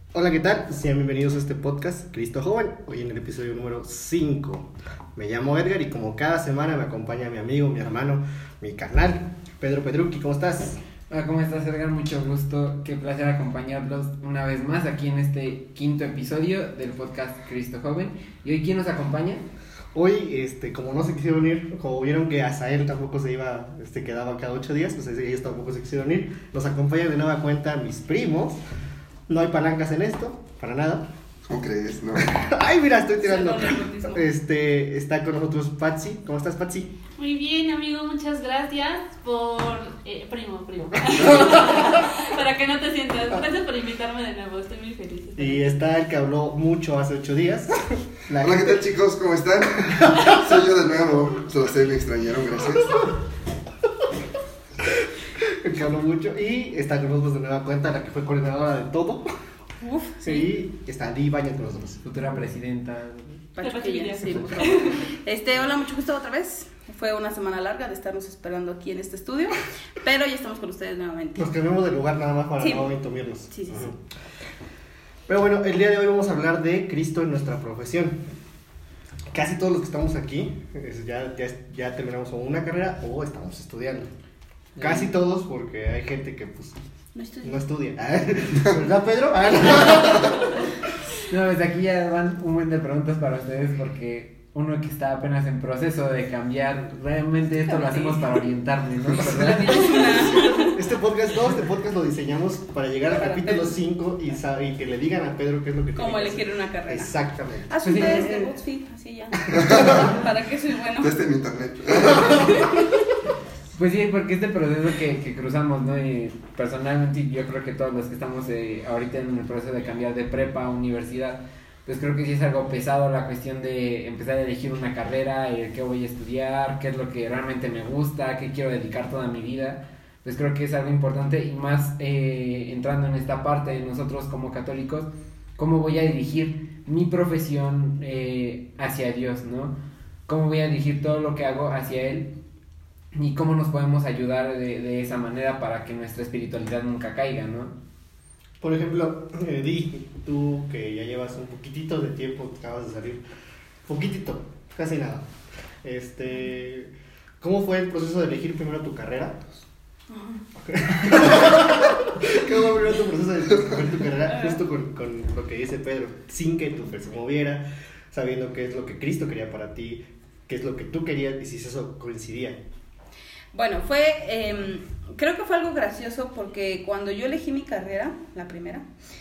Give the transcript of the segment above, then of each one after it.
Hola, ¿qué tal? Sean bienvenidos a este podcast, Cristo Joven, hoy en el episodio número 5. Me llamo Edgar y como cada semana me acompaña mi amigo, mi hermano, mi carnal, Pedro Pedrucchi. ¿Cómo estás? Hola, ¿cómo estás, Edgar? Mucho gusto, qué placer acompañarlos una vez más aquí en este quinto episodio del podcast Cristo Joven. ¿Y hoy quién nos acompaña? Hoy, como no se quisieron ir, como vieron que Azael tampoco se iba, quedaba cada 8 días, pues ellos tampoco se quisieron ir, nos acompañan de nueva cuenta mis primos. No hay palancas en esto, para nada. ¿Cómo crees? No. Ay, mira, estoy tirando. Está con nosotros Patsy. ¿Cómo estás, Patsy? Muy bien, amigo, muchas gracias por... primo. Para que no te sientas. Gracias por invitarme de nuevo, estoy muy feliz. Y está el que habló mucho hace 8 días. Hola, ¿qué tal, chicos? ¿Cómo están? Soy yo de nuevo. Solo ustedes me extrañaron, gracias. El que habló mucho. Y está con nosotros de nueva cuenta, la que fue coordinadora de todo. Uf, sí. Y está Di Baña con nosotros. Futura presidenta. Pachuquilla, sí, por favor. Hola, mucho gusto otra vez. Fue una semana larga de estarnos esperando aquí en este estudio, pero ya estamos con ustedes nuevamente. Nos cambiamos de lugar nada más para no intumirnos. Sí. Pero bueno, el día de hoy vamos a hablar de Cristo en nuestra profesión. Casi todos los que estamos aquí ya terminamos o una carrera o estamos estudiando. Casi todos, porque hay gente que pues no estudia. ¿Verdad, Pedro? No, desde aquí ya van un buen de preguntas para ustedes porque uno que está apenas en proceso de cambiar, realmente esto lo hacemos para orientarnos, ¿no? Este podcast lo diseñamos para llegar al capítulo 5 y que le digan a Pedro qué es lo que tiene Como que elegir hacer. una carrera. Exactamente. Haz un test de BuzzFeed, así ya. ¿Para qué soy bueno? Test en internet. Pues sí, porque este proceso que cruzamos, ¿no? Y personalmente yo creo que todos los que estamos ahorita en el proceso de cambiar de prepa a universidad, pues creo que sí es algo pesado la cuestión de empezar a elegir una carrera, qué voy a estudiar, qué es lo que realmente me gusta, qué quiero dedicar toda mi vida. Pues creo que es algo importante y más entrando en esta parte de nosotros como católicos, cómo voy a dirigir mi profesión hacia Dios, ¿no? Cómo voy a dirigir todo lo que hago hacia Él. Y cómo nos podemos ayudar de esa manera para que nuestra espiritualidad nunca caiga, ¿no? Por ejemplo, Di, tú que ya llevas un poquitito de tiempo, acabas de salir, poquitito, casi nada. ¿Cómo fue el proceso de elegir primero tu carrera? ¿Cómo fue primero tu proceso de escoger tu carrera? Justo con lo que dice Pedro, sin que tu fe se moviera, sabiendo qué es lo que Cristo quería para ti, qué es lo que tú querías y si eso coincidía. Bueno, creo que fue algo gracioso porque cuando yo elegí mi carrera, la primera,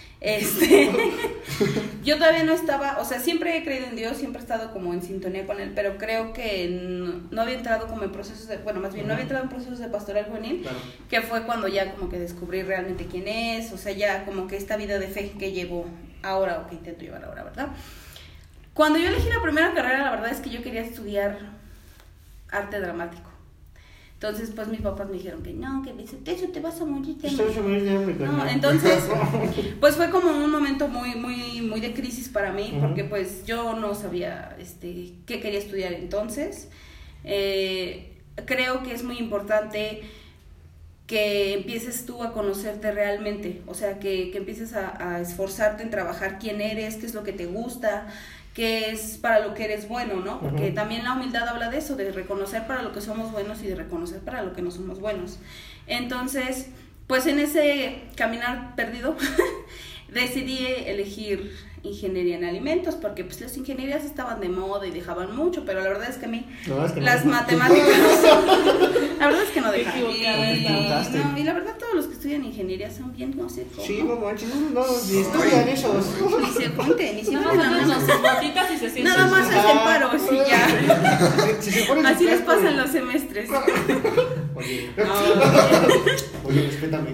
yo todavía no estaba, o sea, siempre he creído en Dios, siempre he estado como en sintonía con Él, pero creo que no había entrado como en procesos no había entrado en procesos de pastoral juvenil, claro. Que fue cuando ya como que descubrí realmente quién es, o sea, ya como que esta vida de fe que llevo ahora, o que intento llevar ahora, ¿verdad? Cuando yo elegí la primera carrera, la verdad es que yo quería estudiar arte dramático. Entonces, pues mis papás me dijeron que no, que dice, eso te vas a morir de hambre. No, entonces, pues fue como un momento muy de crisis para mí, porque pues yo no sabía qué quería estudiar entonces. Creo que es muy importante que empieces tú a conocerte realmente, o sea, que empieces a esforzarte en trabajar quién eres, qué es lo que te gusta, qué es para lo que eres bueno, ¿no? Porque también la humildad habla de eso, de reconocer para lo que somos buenos y de reconocer para lo que no somos buenos. Entonces, pues en ese caminar perdido, decidí elegir ingeniería en alimentos, porque pues las ingenierías estaban de moda y dejaban mucho, pero la verdad es que a mí matemáticas, la verdad es que no dejan bien, y la verdad todos los que estudian ingeniería son bien, no sé cómo. Sí, no manches, no, ni estudian esos. Ni se junten, ni se nada más hacen paros y ya. Así les pasan los semestres. Oye, respétame.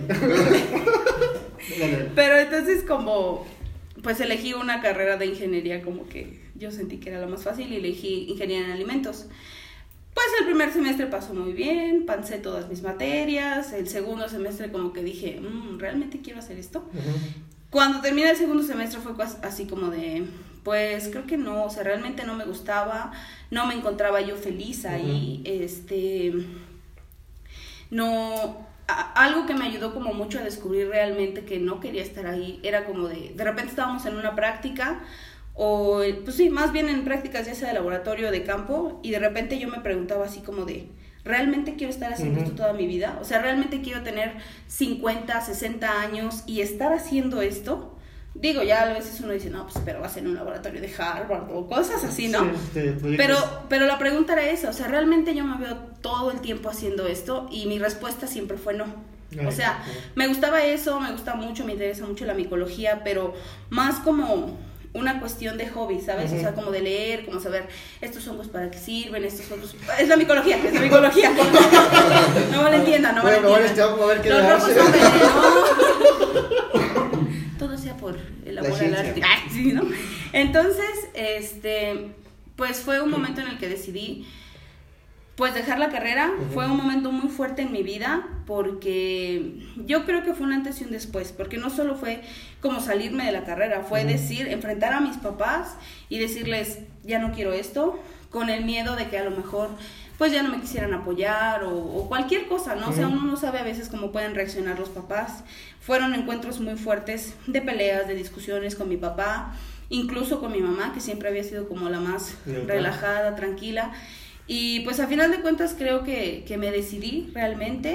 Pero entonces como pues elegí una carrera de ingeniería, como que yo sentí que era lo más fácil y elegí ingeniería en alimentos. Pues el primer semestre pasó muy bien, pasé todas mis materias, el segundo semestre como que dije, ¿realmente quiero hacer esto? Cuando terminé el segundo semestre fue así como de, pues creo que no, o sea, realmente no me gustaba, no me encontraba yo feliz ahí, no algo que me ayudó como mucho a descubrir realmente que no quería estar ahí, era como de repente estábamos en una práctica, o pues sí, más bien en prácticas ya sea de laboratorio o de campo, y de repente yo me preguntaba así como de, ¿realmente quiero estar haciendo esto toda mi vida? O sea, ¿realmente quiero tener 50, 60 años y estar haciendo esto? Digo, ya a veces uno dice, no, pues pero vas en un laboratorio de Harvard o cosas así, ¿no? Sí, pero la pregunta era esa, o sea, ¿realmente yo me veo todo el tiempo haciendo esto? Y mi respuesta siempre fue no. O sea, me gustaba eso, me gusta mucho, me interesa mucho la micología, pero más como una cuestión de hobby, ¿sabes? O sea, como de leer, como saber estos hongos para qué sirven, estos otros... Es la micología. No me lo entiendan, no me lo entiendan. Los rojos son veneno. Todo sea por el amor al arte. Sí, ¿no? Entonces, pues fue un momento en el que decidí pues dejar la carrera. Fue un momento muy fuerte en mi vida porque yo creo que fue un antes y un después, porque no solo fue como salirme de la carrera, fue decir, enfrentar a mis papás y decirles, ya no quiero esto, con el miedo de que a lo mejor pues ya no me quisieran apoyar o cualquier cosa, ¿no? O sea, uno no sabe a veces cómo pueden reaccionar los papás. Fueron encuentros muy fuertes de peleas, de discusiones con mi papá, incluso con mi mamá, que siempre había sido como la más relajada, tranquila. Y pues a final de cuentas creo que me decidí realmente.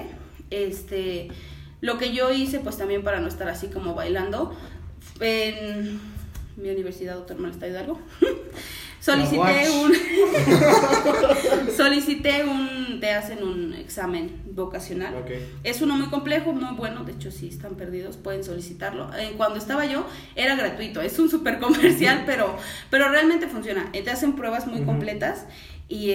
Lo que yo hice pues también para no estar así como bailando en mi universidad, Doctor Malesta Hidalgo. Te hacen un examen vocacional. Es uno muy complejo, muy bueno, de hecho si están perdidos pueden solicitarlo. Cuando estaba yo era gratuito, es un súper comercial, pero realmente funciona. Te hacen pruebas muy completas y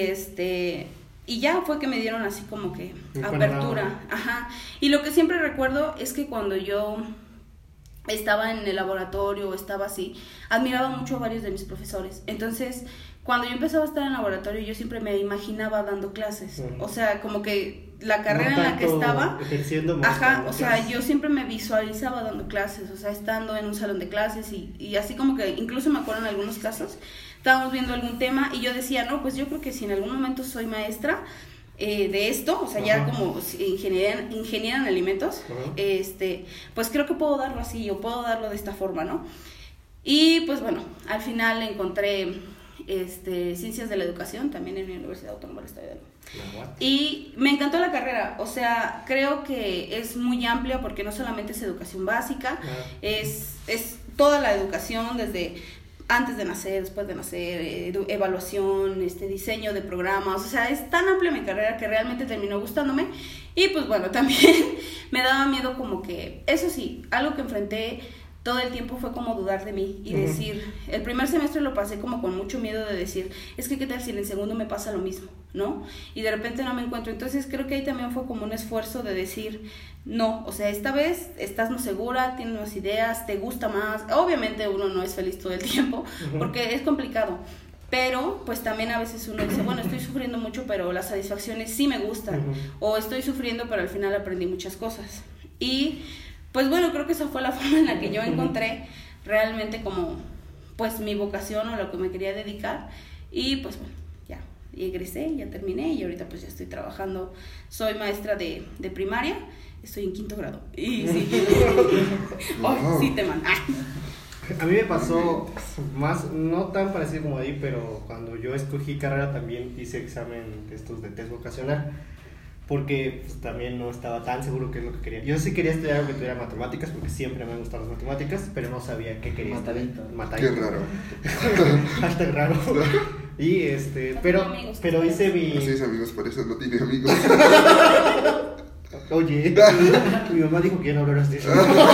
y ya fue que me dieron así como que apertura. Ajá. Y lo que siempre recuerdo es que cuando yo estaba en el laboratorio o estaba así, admiraba mucho a varios de mis profesores. Entonces, cuando yo empezaba a estar en el laboratorio, yo siempre me imaginaba dando clases. O sea, como que la carrera en la que estaba, o sea, yo siempre me visualizaba dando clases, o sea, estando en un salón de clases y así como que, incluso me acuerdo en algunos casos, estábamos viendo algún tema y yo decía, no, pues yo creo que si en algún momento soy maestra de esto, o sea, ya como ingeniera en alimentos, pues creo que puedo darlo así, o puedo darlo de esta forma, ¿no? Y pues bueno, al final encontré Ciencias de la Educación, también en la Universidad Autónoma del Estado de Hidalgo. Y me encantó la carrera, o sea, creo que es muy amplia porque no solamente es educación básica, es toda la educación desde antes de nacer, después de nacer, evaluación, diseño de programas, o sea, es tan amplia mi carrera que realmente terminó gustándome. Y pues bueno, también me daba miedo como que, eso sí, algo que enfrenté todo el tiempo fue como dudar de mí y decir, el primer semestre lo pasé como con mucho miedo de decir, es que qué tal si en el segundo me pasa lo mismo, ¿no? Y de repente no me encuentro. Entonces creo que ahí también fue como un esfuerzo de decir, no, o sea, esta vez estás más segura, tienes más ideas, te gusta más. Obviamente uno no es feliz todo el tiempo porque es complicado, pero pues también a veces uno dice, bueno, estoy sufriendo mucho, pero las satisfacciones sí me gustan, o estoy sufriendo, pero al final aprendí muchas cosas. Y pues bueno, creo que esa fue la forma en la que yo encontré realmente como pues mi vocación o lo que me quería dedicar. Y pues bueno, ya egresé, ya terminé y ahorita pues ya estoy trabajando. Soy maestra de primaria, estoy en 5º grado. Y sí, sí te mando. A mí me pasó más, no tan parecido como ahí, pero cuando yo escogí carrera también hice examen de estos de test vocacional. Porque pues, también no estaba tan seguro qué es lo que quería. Yo sí quería estudiar algo que tuviera matemáticas, porque siempre me han gustado las matemáticas, pero no sabía qué quería. Matadito. Qué raro. Hashtag raro. Y pero hice mi... Así es, amigos, por eso no tiene amigos. Oye, mi mamá dijo que ya no hablaras de eso.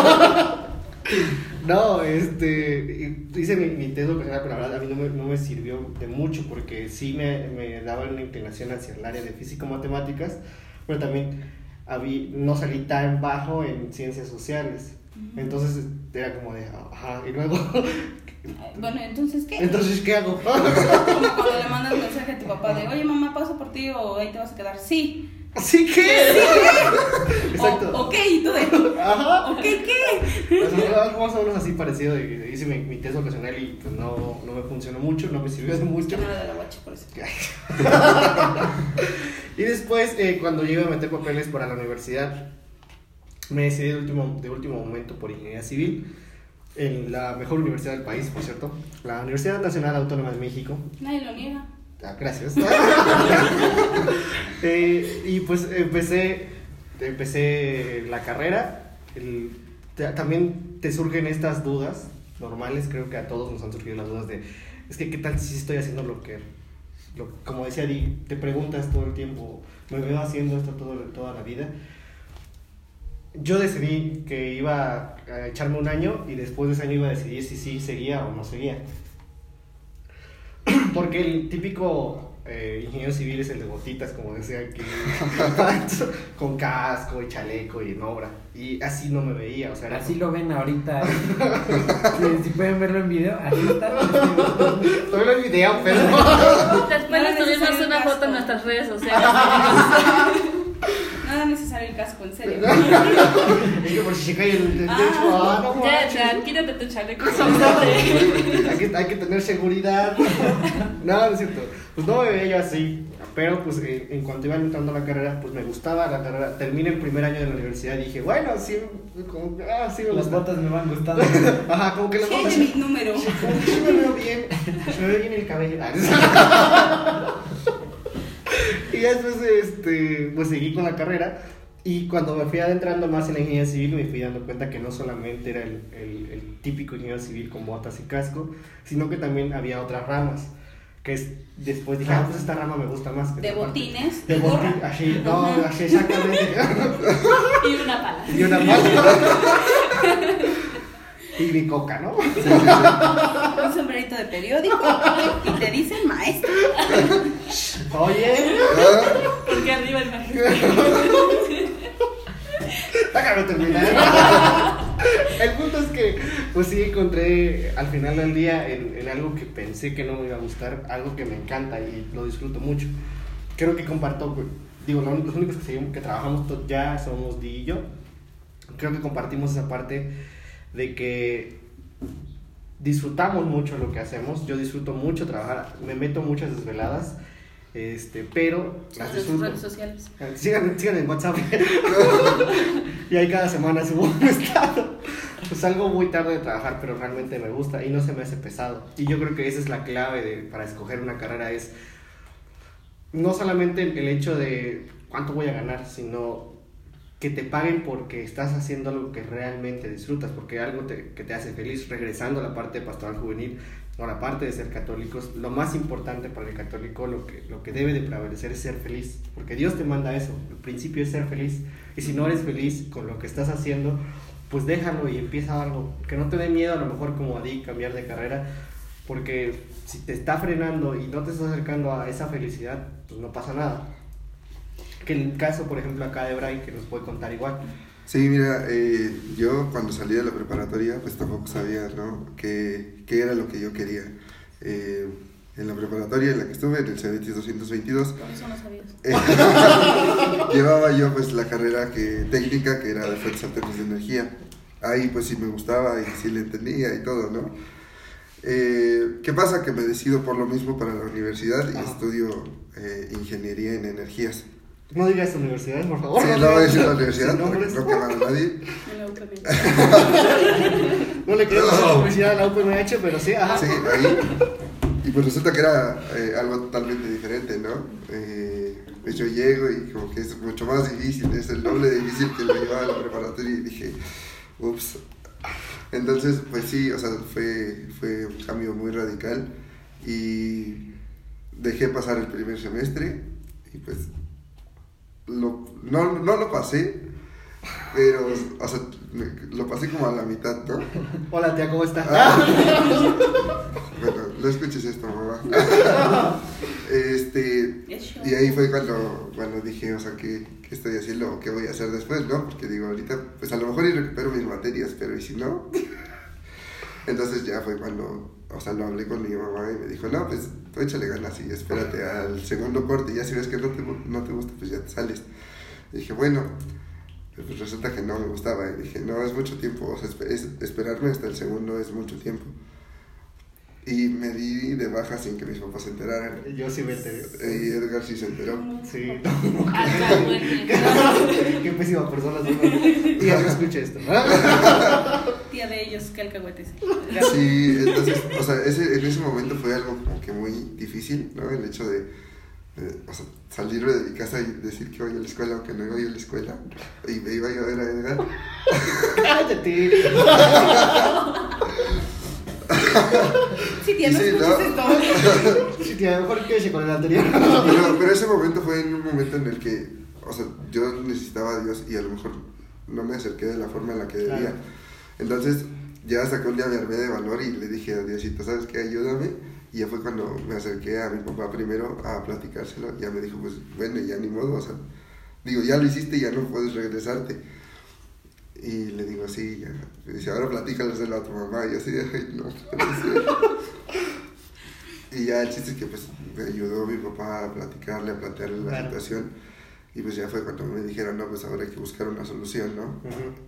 No, hice mi test vocacional, pero la verdad a mí no me sirvió de mucho porque sí me daba una inclinación hacia el área de físico-matemáticas, pero también no salí tan bajo en ciencias sociales. Entonces era como de, ajá, y luego... Bueno, ¿entonces qué? ¿Entonces qué hago? Como cuando le mandas mensaje a tu papá de, oye mamá, paso por ti o ahí te vas a quedar. Sí. ¿Así qué? Exacto. Ok, y tú de, ajá. Ok, ¿qué? O sea, más o menos así parecido. Hice mi test vocacional y pues no me funcionó mucho, no me sirvió de mucho. Yo no era de la guacha, por eso. Y después, cuando llegué a meter papeles para la universidad, me decidí de último momento por ingeniería civil en la mejor universidad del país, por cierto, la Universidad Nacional Autónoma de México. Nadie lo niega. Gracias. Y pues empecé la carrera. También te surgen estas dudas normales, creo que a todos nos han surgido las dudas de, es que qué tal si estoy haciendo como decía Di, te preguntas todo el tiempo, me veo haciendo esto toda la vida. Yo decidí que iba a echarme un año y después de ese año iba a decidir si sí seguía o no seguía. Porque el típico ingeniero civil es el de botitas, como decía aquí, con casco y chaleco y en obra. Y así no me veía, o sea, así lo ven ahorita. Si pueden verlo en video, así está. Todavía en video, pero después les subimos una foto en nuestras redes sociales. Nada necesario el casco, en serio. Es que por si se cae el techo, no Ya, quítate tu chaleco. hay que tener seguridad. No, es cierto. Pues no me veía yo así. Pero pues en cuanto iba entrando a la carrera, pues me gustaba la carrera. Terminé el primer año de la universidad y dije, bueno, sí, como que, sí me Las gusta. botas me van gustando. Ajá, como que las botas. Sí, mi número. Como que sí me veo bien. Se me ve bien el cabello. Y ya después, pues seguí con la carrera. Y cuando me fui adentrando más en la ingeniería civil, me fui dando cuenta que no solamente era el típico ingeniero civil con botas y casco, sino que también había otras ramas. Que después dije, pues esta rama me gusta más. De botines, de gorra. Así, no, así exactamente. Y una pala. Y una pala. Y mi coca, ¿no? Un sombrerito de periódico y te dicen maestro. Oye. Porque arriba el maestro. Déjame terminar. El punto es que, pues sí, encontré al final del día en algo que pensé que no me iba a gustar, algo que me encanta y lo disfruto mucho. Creo que comparto, digo, los únicos que trabajamos ya somos Di y yo. Creo que compartimos esa parte de que disfrutamos mucho lo que hacemos. Yo disfruto mucho trabajar, me meto muchas desveladas. Pero las disfruto. Redes sociales. Sigan en WhatsApp. Y ahí cada semana subo un estado. Pues salgo muy tarde de trabajar, pero realmente me gusta y no se me hace pesado. Y yo creo que esa es la clave para escoger una carrera, es no solamente el hecho de cuánto voy a ganar, sino que te paguen porque estás haciendo algo que realmente disfrutas, porque algo que te hace feliz. Regresando a la parte de pastoral juvenil, o la parte de ser católicos, lo más importante para el católico, lo que debe de prevalecer es ser feliz, porque Dios te manda eso, el principio es ser feliz, y si no eres feliz con lo que estás haciendo, pues déjalo y empieza algo, que no te dé miedo a lo mejor como a ti cambiar de carrera, porque si te está frenando y no te estás acercando a esa felicidad, pues no pasa nada. Que el caso, por ejemplo, acá de Bray, que nos puede contar igual. Sí, mira, yo cuando salí de la preparatoria, pues tampoco sabía, ¿no?, qué era lo que yo quería. En la preparatoria en la que estuve, en el CBT 222, Por eso no sabías. llevaba yo pues la carrera técnica, que era de fuentes alternas de energía. Ahí pues sí me gustaba y sí le entendía y todo, ¿no? ¿Qué pasa? Que me decido por lo mismo para la universidad y estudio ingeniería en energías. No digas universidades, por favor. Sí, no voy a decir la universidad, sin para nombres. que no quemar a nadie. No le quiero decir publicidad a la UPMH, pero sí, ajá. Sí, ahí. Y pues resulta que era algo totalmente diferente, ¿no? Pues yo llego y como que es mucho más difícil, es el doble de difícil que lo llevaba a la preparatoria y dije, ups. Entonces, pues sí, o sea, fue un cambio muy radical y dejé pasar el primer semestre y pues no lo pasé, pero, o sea, lo pasé como a la mitad, ¿no? Hola, tía, ¿cómo estás? Bueno, no escuches esto, mamá. Y ahí fue cuando dije, o sea, ¿qué estoy haciendo o qué voy a hacer después, no? Porque digo, ahorita, pues a lo mejor y recupero mis materias, pero ¿y si no? Entonces ya fue cuando, o sea, lo hablé con mi mamá y me dijo, no, pues tú échale ganas y espérate al segundo corte, y ya si ves que no te gusta, pues ya te sales. Y dije, bueno, pues resulta que no me gustaba, y dije, no, es mucho tiempo, o sea, esperarme hasta el segundo es mucho tiempo. Y me di de baja sin que mis papás se enteraran. Yo sí me enteré. Y Edgar sí se enteró. Sí. Alcahuete. Qué pésima persona soy. Y ya no escucha esto. Tía de ellos, que alcahuetes. Sí, entonces, o sea, en ese momento fue algo como que muy difícil, ¿no? El hecho de o sea, salirme de mi casa y decir que voy a la escuela aunque no voy a la escuela. Y me iba yo a ver a Edgar. Cállate. Sí, tía, no Sí, escuches ¿no? esto. Sí, tía, mejor quédese con el anterior. Pero ese momento fue en un momento en el que, o sea, yo necesitaba a Dios y a lo mejor no me acerqué de la forma en la que debía. Claro. Entonces, ya hasta que un día me armé de valor y le dije a Diosito, ¿sabes qué? Ayúdame. Y ya fue cuando me acerqué a mi papá primero a platicárselo. Ya me dijo, pues, bueno, ya ni modo, o sea, digo, ya lo hiciste, ya no puedes regresarte. Y le digo, sí, ya. Me dice, ahora platícaleselo a tu mamá. Y yo así, ay, no puede ser. Y ya el chiste es que pues me ayudó mi papá a platicarle, a plantearle la situación. Y pues ya fue cuando me dijeron, no, pues ahora hay que buscar una solución, ¿no?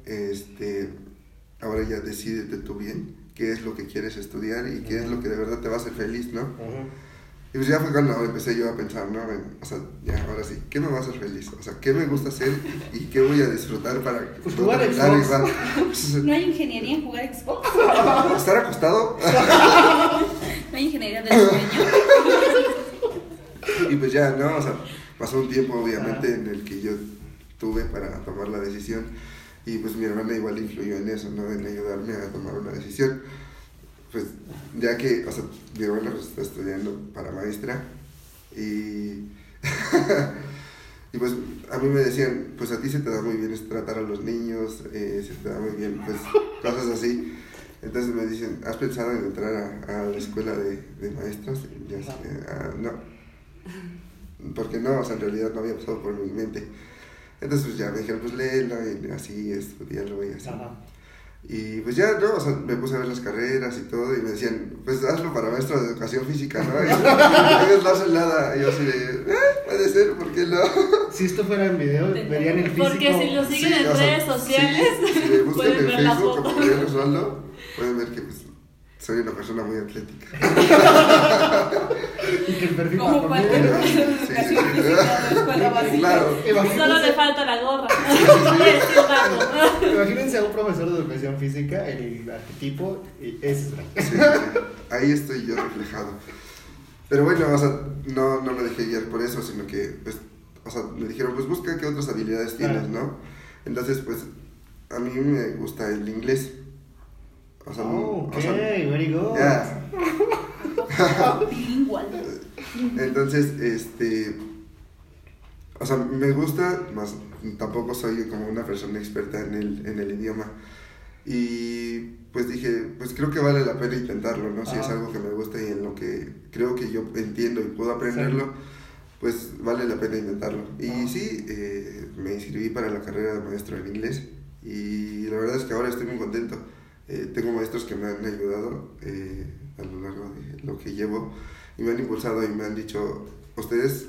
Ahora ya decídete tú bien qué es lo que quieres estudiar y qué es lo que de verdad te va a hacer feliz, ¿no? Y pues ya fue cuando empecé yo a pensar, ¿no? O sea, ya, ahora sí, ¿qué me va a hacer feliz? O sea, ¿qué me gusta hacer y qué voy a disfrutar para pues jugar Xbox. ¿No hay ingeniería en jugar Xbox? ¿Estar acostado? ¿No hay ingeniería del sueño? Y pues ya, ¿no? O sea, pasó un tiempo obviamente en el que yo tuve para tomar la decisión y pues mi hermana igual influyó en eso, ¿no? En ayudarme a tomar una decisión. Pues ya que, o sea, mi hermana pues, está estudiando para maestra y y pues a mí me decían, pues a ti se te da muy bien tratar a los niños, se te da muy bien, pues cosas así. Entonces me dicen, ¿has pensado en entrar a la escuela de maestros? Y yo así, no. Porque no, o sea, en realidad no había pasado por mi mente. Entonces pues ya me dijeron, pues léelo y así, estudiarlo y así. Y pues ya, ¿no? O sea, me puse a ver las carreras y todo y me decían, pues hazlo para maestro de educación física, ¿no? Y ellos no hacen nada. Y yo así de, puede ser, ¿por qué no? Si esto fuera en video, verían el físico. Porque si lo siguen en redes sociales, si me buscan pueden en ver la Facebook foto. como Julián Osvaldo, pueden ver que pues soy una persona muy atlética. Y que el perfil Como para cualquier comer. educación física de escuela básica. Claro. Solo le falta la gorra. Es un rato. Imagínense a un profesor de educación física, el arquetipo, y ese es Sí, ahí estoy yo reflejado. Pero bueno, o sea, no me dejé guiar por eso, sino que, pues, o sea, me dijeron, pues busca qué otras habilidades tienes, ¿no? Entonces, pues, a mí me gusta el inglés. O sea, ok, o sea, very good. ya. Bilingüe. Entonces, o sea, me gusta, más tampoco soy como una persona experta en el idioma. Y pues dije, pues creo que vale la pena intentarlo, ¿no? Si es algo que me gusta y en lo que creo que yo entiendo y puedo aprenderlo, pues vale la pena intentarlo. Y sí, me inscribí para la carrera de maestro en inglés y la verdad es que ahora estoy muy contento. Tengo maestros que me han ayudado a lo largo de lo que llevo y me han impulsado y me han dicho, ustedes,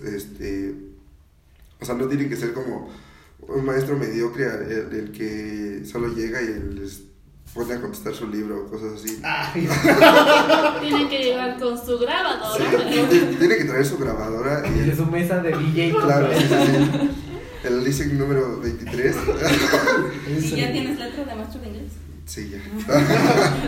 o sea, no tienen que ser como un maestro mediocre el que solo llega y les pone a contestar su libro o cosas así. Tienen que llevar con su grabadora. Tiene que traer su grabadora y De su mesa de DJ. claro, sí. El listening número 23. ¿Y ya tienes letra de maestro de inglés? Sí, ya.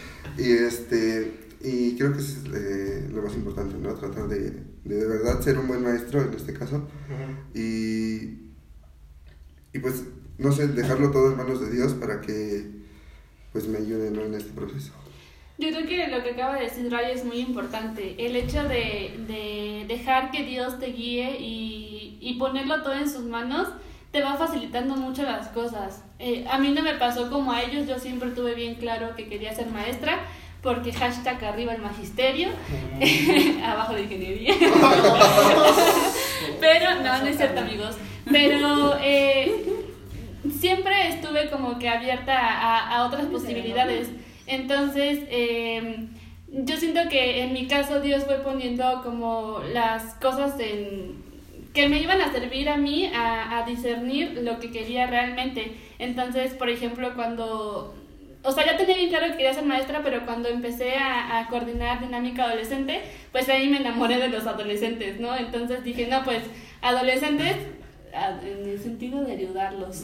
Y creo que es lo más importante, ¿no? Tratar de verdad ser un buen maestro en este caso. Y pues, no sé, dejarlo todo en manos de Dios para que pues me ayude, ¿no? En este proceso. Yo creo que lo que acaba de decir Ray es muy importante. El hecho de dejar que Dios te guíe y ponerlo todo en sus manos te va facilitando mucho las cosas. A mí no me pasó como a ellos, yo siempre tuve bien claro que quería ser maestra, porque hashtag arriba el magisterio, abajo la ingeniería. Pero, no es cierto, amigos. Pero siempre estuve como que abierta a otras posibilidades. Entonces, yo siento que en mi caso Dios fue poniendo como las cosas que me iban a servir a mí a discernir lo que quería realmente. Entonces, por ejemplo, cuando o sea, ya tenía bien claro que quería ser maestra, pero cuando empecé a coordinar dinámica adolescente, pues ahí me enamoré de los adolescentes, ¿no? Entonces dije, no, pues adolescentes, en el sentido de ayudarlos.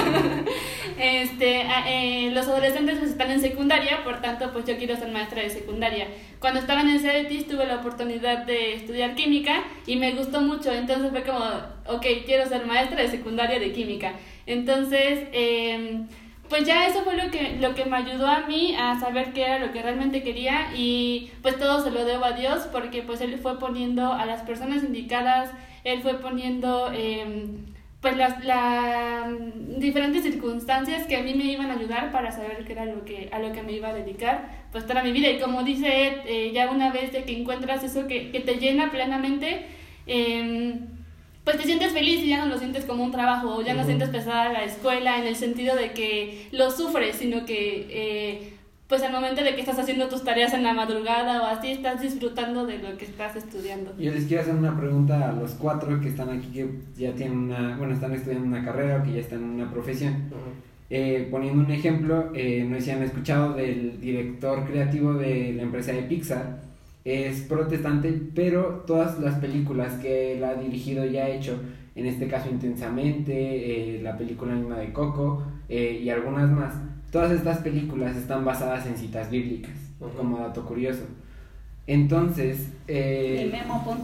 Los adolescentes pues están en secundaria, por tanto pues yo quiero ser maestra de secundaria. Cuando estaba en el CEDETIS tuve la oportunidad de estudiar química y me gustó mucho, entonces fue como, ok, quiero ser maestra de secundaria de química. Entonces, pues ya eso fue lo que me ayudó a mí a saber qué era lo que realmente quería, y pues todo se lo debo a Dios, porque pues Él fue poniendo a las personas indicadas, Él fue poniendo pues las diferentes circunstancias que a mí me iban a ayudar para saber qué era a lo que me iba a dedicar pues toda mi vida. Y como dice Ed, ya una vez de que encuentras eso que te llena plenamente, pues te sientes feliz y ya no lo sientes como un trabajo, o ya no sientes pesada la escuela en el sentido de que lo sufres, sino que pues al momento de que estás haciendo tus tareas en la madrugada o así, estás disfrutando de lo que estás estudiando. Yo les quiero hacer una pregunta a los 4 que están aquí, que ya tienen están estudiando una carrera o que ya están en una profesión. Poniendo un ejemplo, no sé si han escuchado del director creativo de la empresa de Pixar. Es protestante, pero todas las películas que él ha dirigido y ha hecho, en este caso Intensamente, la película misma de Coco y algunas más, todas estas películas están basadas en citas bíblicas, como dato curioso. Entonces, Mi Memo, ponte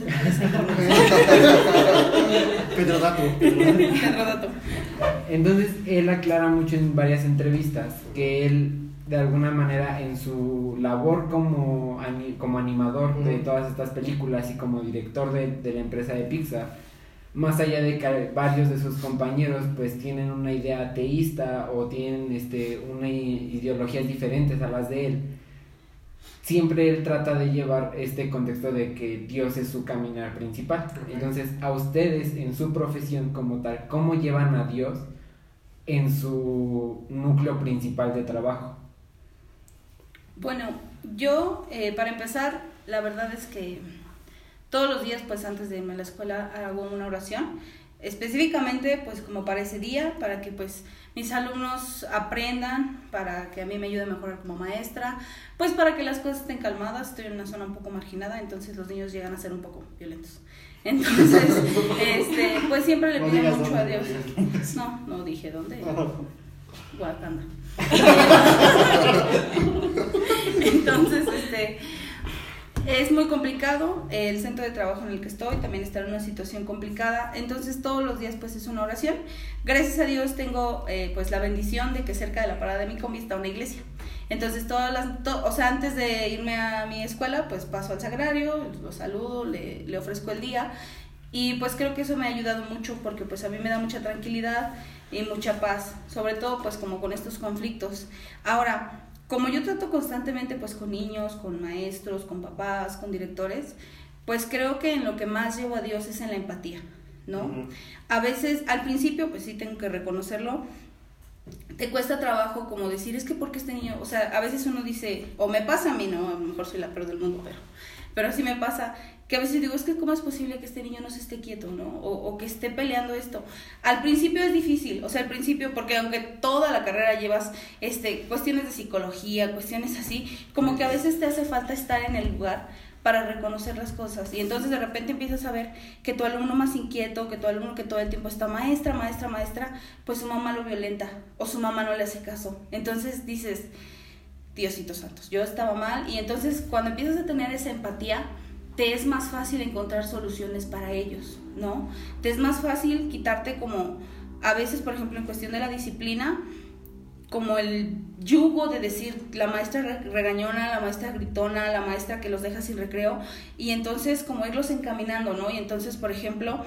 Pedro Dato. Entonces él aclara mucho en varias entrevistas que él, de alguna manera, en su labor como animador de todas estas películas y como director de la empresa de Pixar, más allá de que varios de sus compañeros pues tienen una idea ateísta o tienen ideologías diferentes a las de él, siempre él trata de llevar este contexto de que Dios es su caminar principal. Entonces, a ustedes en su profesión como tal, ¿cómo llevan a Dios en su núcleo principal de trabajo? Bueno, yo, para empezar, la verdad es que todos los días, pues antes de irme a la escuela, hago una oración, específicamente pues como para ese día, para que pues mis alumnos aprendan, para que a mí me ayude a mejorar como maestra, pues para que las cosas estén calmadas. Estoy en una zona un poco marginada, entonces los niños llegan a ser un poco violentos. Entonces, pues siempre le pido mucho a Dios. No dije dónde. Wakanda. Entonces, es muy complicado. El centro de trabajo en el que estoy también está en una situación complicada. Entonces todos los días pues es una oración. Gracias a Dios tengo pues la bendición de que cerca de la parada de mi combi está una iglesia. Entonces antes de irme a mi escuela pues paso al sagrario, lo saludo, le ofrezco el día. Y pues creo que eso me ha ayudado mucho, porque pues a mí me da mucha tranquilidad y mucha paz, sobre todo pues como con estos conflictos. Ahora, como yo trato constantemente pues con niños, con maestros, con papás, con directores, pues creo que en lo que más llevo a Dios es en la empatía, ¿no? A veces, al principio, pues sí tengo que reconocerlo, te cuesta trabajo como decir, es que ¿por qué este niño? O sea, a veces uno dice, o me pasa a mí, ¿no? A lo mejor soy la peor del mundo, pero sí me pasa que a veces digo, es que ¿cómo es posible que este niño no se esté quieto, ¿no? O que esté peleando esto. Al principio es difícil, o sea, al principio, porque aunque toda la carrera llevas cuestiones de psicología, cuestiones así, como que a veces te hace falta estar en el lugar para reconocer las cosas, y entonces de repente empiezas a ver que tu alumno más inquieto, que tu alumno que todo el tiempo está maestra, pues su mamá lo violenta, o su mamá no le hace caso. Entonces dices, Diositos santos, yo estaba mal. Y entonces cuando empiezas a tener esa empatía, te es más fácil encontrar soluciones para ellos, ¿no? Te es más fácil quitarte como, a veces, por ejemplo, en cuestión de la disciplina, como el yugo de decir la maestra regañona, la maestra gritona, la maestra que los deja sin recreo, y entonces como irlos encaminando, ¿no? Y entonces, por ejemplo,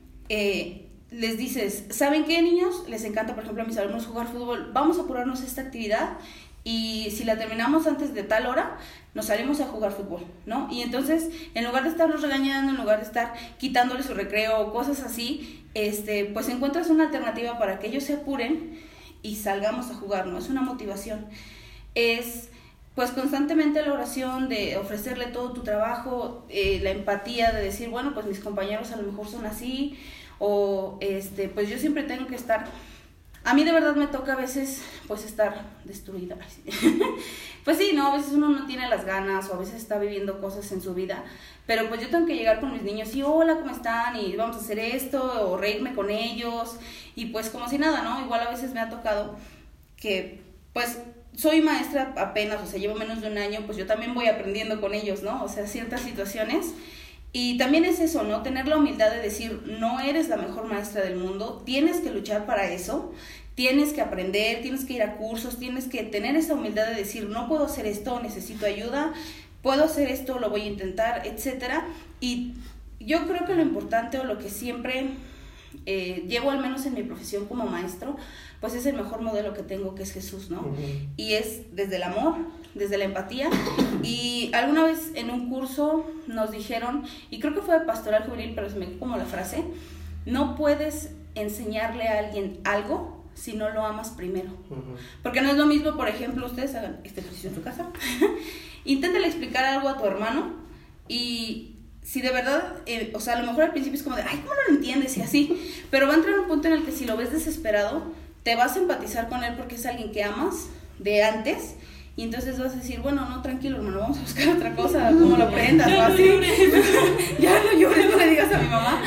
les dices, ¿saben qué, niños? Les encanta, por ejemplo, a mis alumnos jugar fútbol, vamos a apurarnos esta actividad, y si la terminamos antes de tal hora, nos salimos a jugar fútbol, ¿no? Y entonces, en lugar de estarlos regañando, en lugar de estar quitándoles su recreo o cosas así, pues encuentras una alternativa para que ellos se apuren y salgamos a jugar, ¿no? Es una motivación. Es, pues, constantemente la oración de ofrecerle todo tu trabajo, la empatía de decir, bueno, pues mis compañeros a lo mejor son así, o pues yo siempre tengo que estar a mí de verdad me toca a veces pues estar destruida. Pues sí, ¿no? A veces uno no tiene las ganas o a veces está viviendo cosas en su vida, pero pues yo tengo que llegar con mis niños y hola, ¿cómo están? Y vamos a hacer esto o reírme con ellos y pues como si nada, ¿no? Igual a veces me ha tocado que pues soy maestra apenas, o sea, llevo menos de un año, pues yo también voy aprendiendo con ellos, ¿no? O sea, ciertas situaciones. Y también es eso, ¿no? Tener la humildad de decir, no eres la mejor maestra del mundo, tienes que luchar para eso, tienes que aprender, tienes que ir a cursos, tienes que tener esa humildad de decir, no puedo hacer esto, necesito ayuda, puedo hacer esto, lo voy a intentar, etcétera. Y yo creo que lo importante o lo que siempre llevo al menos en mi profesión como maestro, pues es el mejor modelo que tengo, que es Jesús, ¿no? Y es desde el amor, desde la empatía. Y alguna vez en un curso nos dijeron, y creo que fue de pastoral juvenil, pero se me quedó como la frase, no puedes enseñarle a alguien algo si no lo amas primero. Porque no es lo mismo, por ejemplo, ustedes hagan este ejercicio en su casa, inténtale explicar algo a tu hermano y si de verdad, o sea, a lo mejor al principio es como de, ay, ¿cómo no lo entiendes? Y así, pero va a entrar un punto en el que si lo ves desesperado, te vas a empatizar con él porque es alguien que amas de antes, y entonces vas a decir, bueno, no, tranquilo, hermano, vamos a buscar otra cosa, como lo aprendas, o así. Ya no llores, no le digas a mi mamá.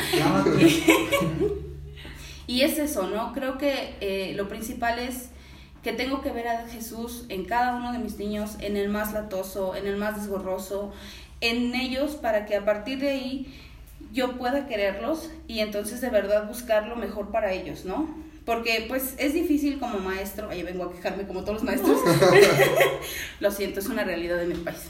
Y es eso, ¿no? Creo que lo principal es que tengo que ver a Jesús en cada uno de mis niños, en el más latoso, en el más desgorroso, en ellos, para que a partir de ahí yo pueda quererlos y entonces de verdad buscar lo mejor para ellos, ¿no? Porque pues es difícil como maestro, ahí vengo a quejarme como todos los maestros, lo siento, es una realidad de mi país.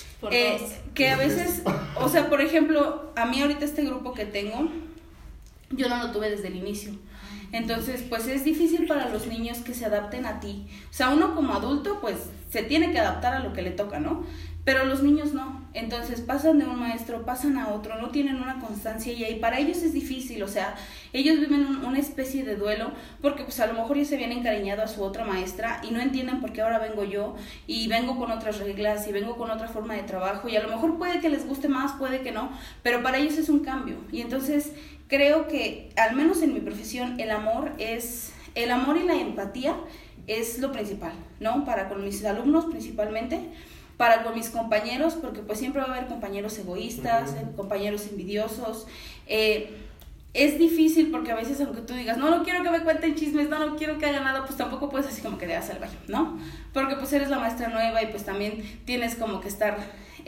Que a veces, o sea, por ejemplo, a mí ahorita este grupo que tengo, yo no lo tuve desde el inicio. Entonces, pues es difícil para los niños que se adapten a ti. O sea, uno como adulto, pues se tiene que adaptar a lo que le toca, ¿no? Pero los niños no. Entonces pasan de un maestro, pasan a otro, no tienen una constancia y ahí para ellos es difícil. O sea, ellos viven una especie de duelo porque pues a lo mejor ya se habían encariñado a su otra maestra y no entienden por qué ahora vengo yo y vengo con otras reglas y vengo con otra forma de trabajo y a lo mejor puede que les guste más, puede que no, pero para ellos es un cambio. Y entonces creo que, al menos en mi profesión, el amor y la empatía es lo principal, ¿no? Para con mis alumnos principalmente, para con mis compañeros, porque pues siempre va a haber compañeros egoístas, compañeros envidiosos. Es difícil porque a veces aunque tú digas, no quiero que me cuenten chismes, no quiero que haga nada, pues tampoco puedes así como que le das al baño, ¿no? Porque pues eres la maestra nueva y pues también tienes como que estar...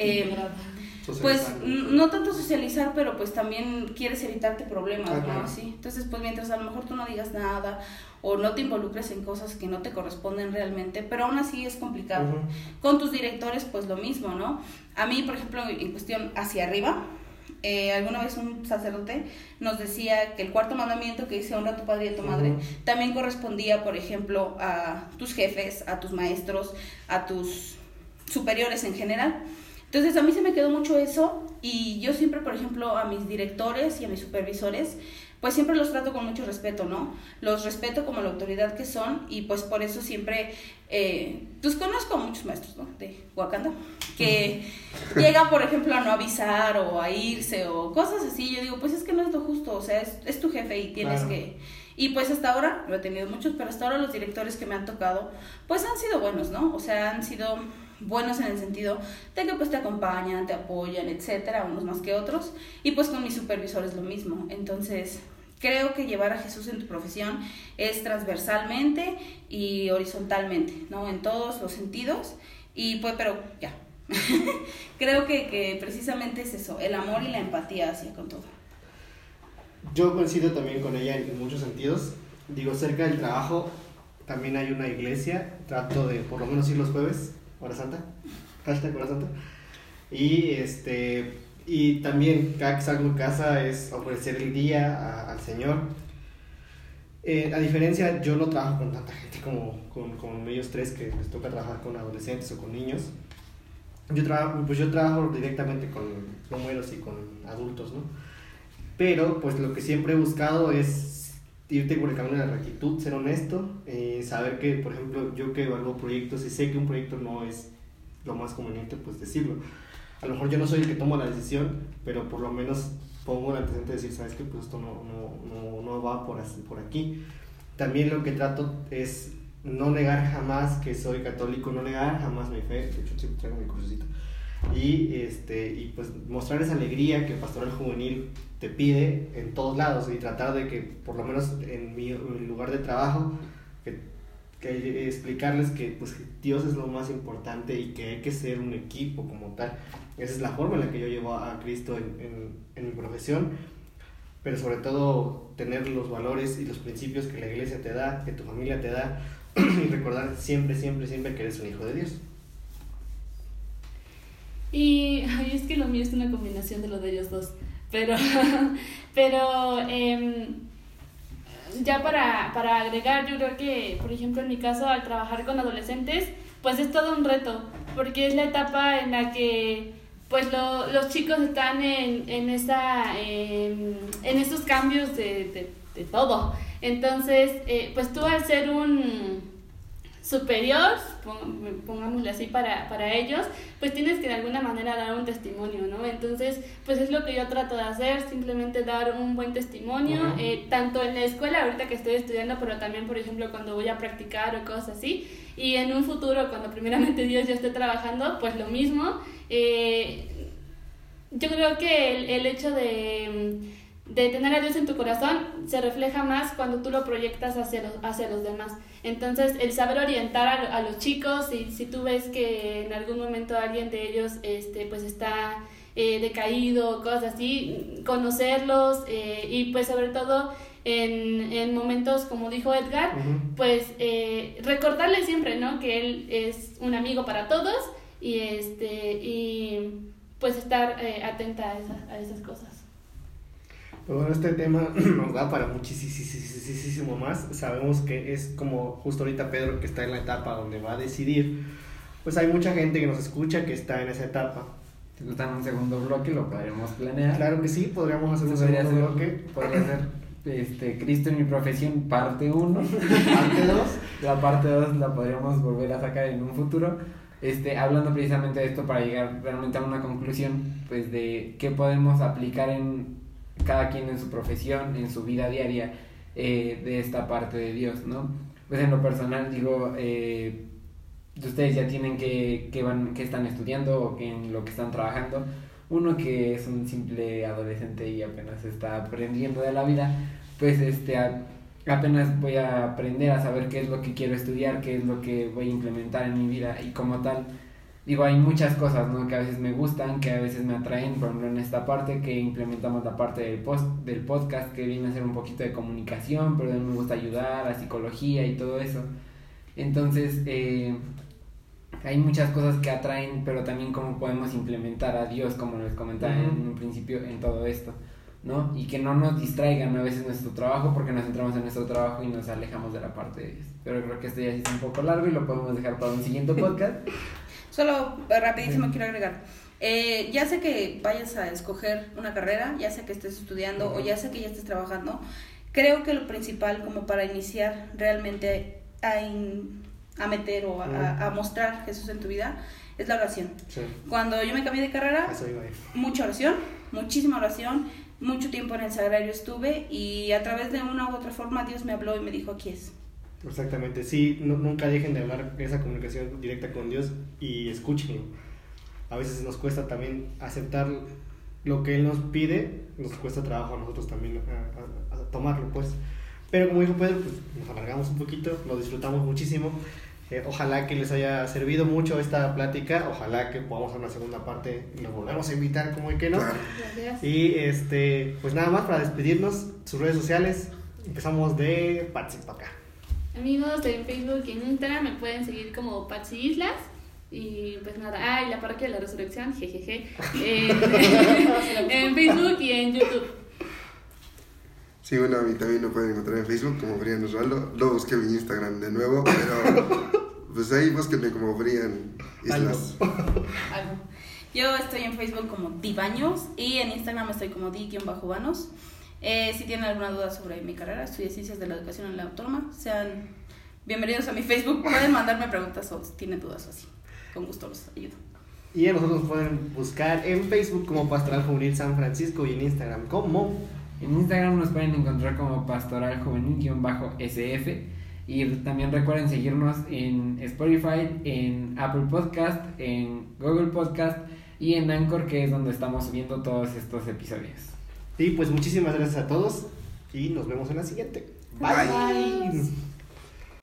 pues no tanto socializar, pero pues también quieres evitarte problemas, ¿no? Sí. Entonces pues mientras a lo mejor tú no digas nada o no te involucres en cosas que no te corresponden realmente, pero aún así es complicado. Con tus directores pues lo mismo, ¿no? A mí, por ejemplo, en cuestión hacia arriba, alguna vez un sacerdote nos decía que el cuarto mandamiento que dice honra a tu padre y a tu madre también correspondía, por ejemplo, a tus jefes, a tus maestros, a tus superiores en general. Entonces a mí se me quedó mucho eso y yo siempre, por ejemplo, a mis directores y a mis supervisores, pues siempre los trato con mucho respeto, ¿no? Los respeto como la autoridad que son y pues por eso siempre, pues conozco a muchos maestros, ¿no? De Wakanda, que llegan, por ejemplo, a no avisar o a irse o cosas así. Yo digo, pues es que no es lo justo, o sea, es tu jefe y tienes que... Y pues hasta ahora, no he tenido muchos, pero hasta ahora los directores que me han tocado, pues han sido buenos, ¿no? O sea, han sido buenos en el sentido de que pues te acompañan, te apoyan, etcétera, unos más que otros, y pues con mis supervisores lo mismo. Entonces creo que llevar a Jesús en tu profesión es transversalmente y horizontalmente, ¿no? En todos los sentidos, y pues, pero ya, creo que precisamente es eso, el amor y la empatía hacia con todo. Yo coincido también con ella en muchos sentidos. Digo, cerca del trabajo también hay una iglesia, trato de por lo menos ir los jueves, Hora Santa, hashtag Hora Santa, y también cada que salgo de casa es ofrecer el día al Señor. A diferencia, yo no trabajo con tanta gente como ellos tres que les toca trabajar con adolescentes o con niños. Yo trabajo directamente con números y con adultos, ¿no? Pero pues lo que siempre he buscado es irte por el camino de la rectitud, ser honesto, saber que, por ejemplo, yo que evalúo proyectos y sé que un proyecto no es lo más conveniente, pues decirlo. A lo mejor yo no soy el que toma la decisión, pero por lo menos pongo el antecedente de decir, ¿sabes qué? Pues esto no va por aquí. también lo que trato es no negar jamás que soy católico, no negar jamás mi fe. De hecho, siempre traigo mi crucecita. Y pues mostrar esa alegría que Pastoral Juvenil te pide en todos lados, y tratar de que, por lo menos en mi lugar de trabajo, que explicarles que pues Dios es lo más importante y que hay que ser un equipo como tal. Esa es la forma en la que yo llevo a Cristo en mi profesión, pero sobre todo tener los valores y los principios que la iglesia te da, que tu familia te da, y recordar siempre, siempre, siempre que eres un hijo de Dios. Y ay, es que lo mío es una combinación de lo de ellos dos, pero ya para agregar, yo creo que, por ejemplo, en mi caso, al trabajar con adolescentes, pues es todo un reto, porque es la etapa en la que pues los chicos están en esos cambios de todo. Entonces, pues tú, al ser un superior, pongámosle así, para ellos, pues tienes que de alguna manera dar un testimonio, ¿no? Entonces, pues es lo que yo trato de hacer, simplemente dar un buen testimonio, tanto en la escuela ahorita que estoy estudiando, pero también, por ejemplo, cuando voy a practicar o cosas así, y en un futuro, cuando primeramente Dios ya esté trabajando, pues lo mismo. Yo creo que el hecho de tener a Dios en tu corazón se refleja más cuando tú lo proyectas hacia los demás. Entonces, el saber orientar a los chicos, si tú ves que en algún momento alguien de ellos pues está decaído, cosas así, conocerlos, y pues sobre todo en momentos, como dijo Edgar, pues recordarle siempre, ¿no?, que él es un amigo para todos, y pues estar atenta a esas cosas. Pero bueno, este tema nos da para muchísimo más. Sabemos que es como justo ahorita Pedro, que está en la etapa donde va a decidir. Pues hay mucha gente que nos escucha que está en esa etapa. Si nos dan un segundo bloque, lo podríamos planear. Claro que sí, podríamos hacer un segundo bloque. Podría ser Cristo en mi profesión, parte 1. Parte 2. La parte 2 la podríamos volver a sacar en un futuro. Hablando precisamente de esto para llegar realmente a una conclusión, pues de qué podemos aplicar en cada quien en su profesión, en su vida diaria, de esta parte de Dios, ¿no? Pues en lo personal, digo, ustedes ya tienen que están estudiando o que en lo que están trabajando. Uno que es un simple adolescente y apenas está aprendiendo de la vida, pues apenas voy a aprender a saber qué es lo que quiero estudiar, qué es lo que voy a implementar en mi vida, y como tal, digo, hay muchas cosas, ¿no?, que a veces me gustan, que a veces me atraen. Por ejemplo, en esta parte que implementamos la parte del podcast, que viene a ser un poquito de comunicación, pero a mí me gusta ayudar, a psicología y todo eso. Entonces, hay muchas cosas que atraen, pero también cómo podemos implementar a Dios, como les comentaba en un principio, en todo esto, ¿no? Y que no nos distraigan a veces nuestro trabajo, porque nos centramos en nuestro trabajo y nos alejamos de la parte de Dios. Pero creo que esto ya es un poco largo y lo podemos dejar para un siguiente podcast. Solo rapidísimo quiero agregar, ya sé que vayas a escoger una carrera, ya sé que estés estudiando o ya sé que ya estés trabajando, creo que lo principal como para iniciar realmente a meter o a mostrar Jesús en tu vida es la oración. Sí. Cuando yo me cambié de carrera, mucha oración, muchísima oración, mucho tiempo en el sagrario estuve, y a través de una u otra forma Dios me habló y me dijo, aquí es. Exactamente, sí, nunca dejen de hablar esa comunicación directa con Dios y escúchenlo. A veces nos cuesta también aceptar lo que Él nos pide, nos cuesta trabajo a nosotros también a tomarlo, pues. Pero como dijo Pedro, pues nos alargamos un poquito, lo disfrutamos muchísimo. Ojalá que les haya servido mucho esta plática, ojalá que podamos hacer una segunda parte y los volvemos a invitar, como que no. Gracias. Y pues nada más para despedirnos, sus redes sociales, empezamos de Patsy para acá. Amigos, en Facebook y en Instagram me pueden seguir como Patsy Islas. Y pues nada, y la Parroquia de la Resurrección, jejeje, en Facebook y en YouTube. Sí, bueno, a mí también lo pueden encontrar en Facebook como Brian Osvaldo. Lo busqué en Instagram de nuevo, pero pues ahí búsquenme como Brian Islas. Yo estoy en Facebook como Dibaños y en Instagram estoy como di_vanos. Si tienen alguna duda sobre mi carrera, estudié Ciencias de la Educación en la Autónoma, sean bienvenidos a mi Facebook, pueden mandarme preguntas o si tienen dudas o así, con gusto los ayudo. Y a nosotros pueden buscar en Facebook como Pastoral Juvenil San Francisco y en Instagram como En Instagram nos pueden encontrar como pastoraljuvenil_SF. Y también recuerden seguirnos en Spotify, en Apple Podcast, en Google Podcast y en Anchor, que es donde estamos subiendo todos estos episodios. Y pues muchísimas gracias a todos y nos vemos en la siguiente. Bye. Bye.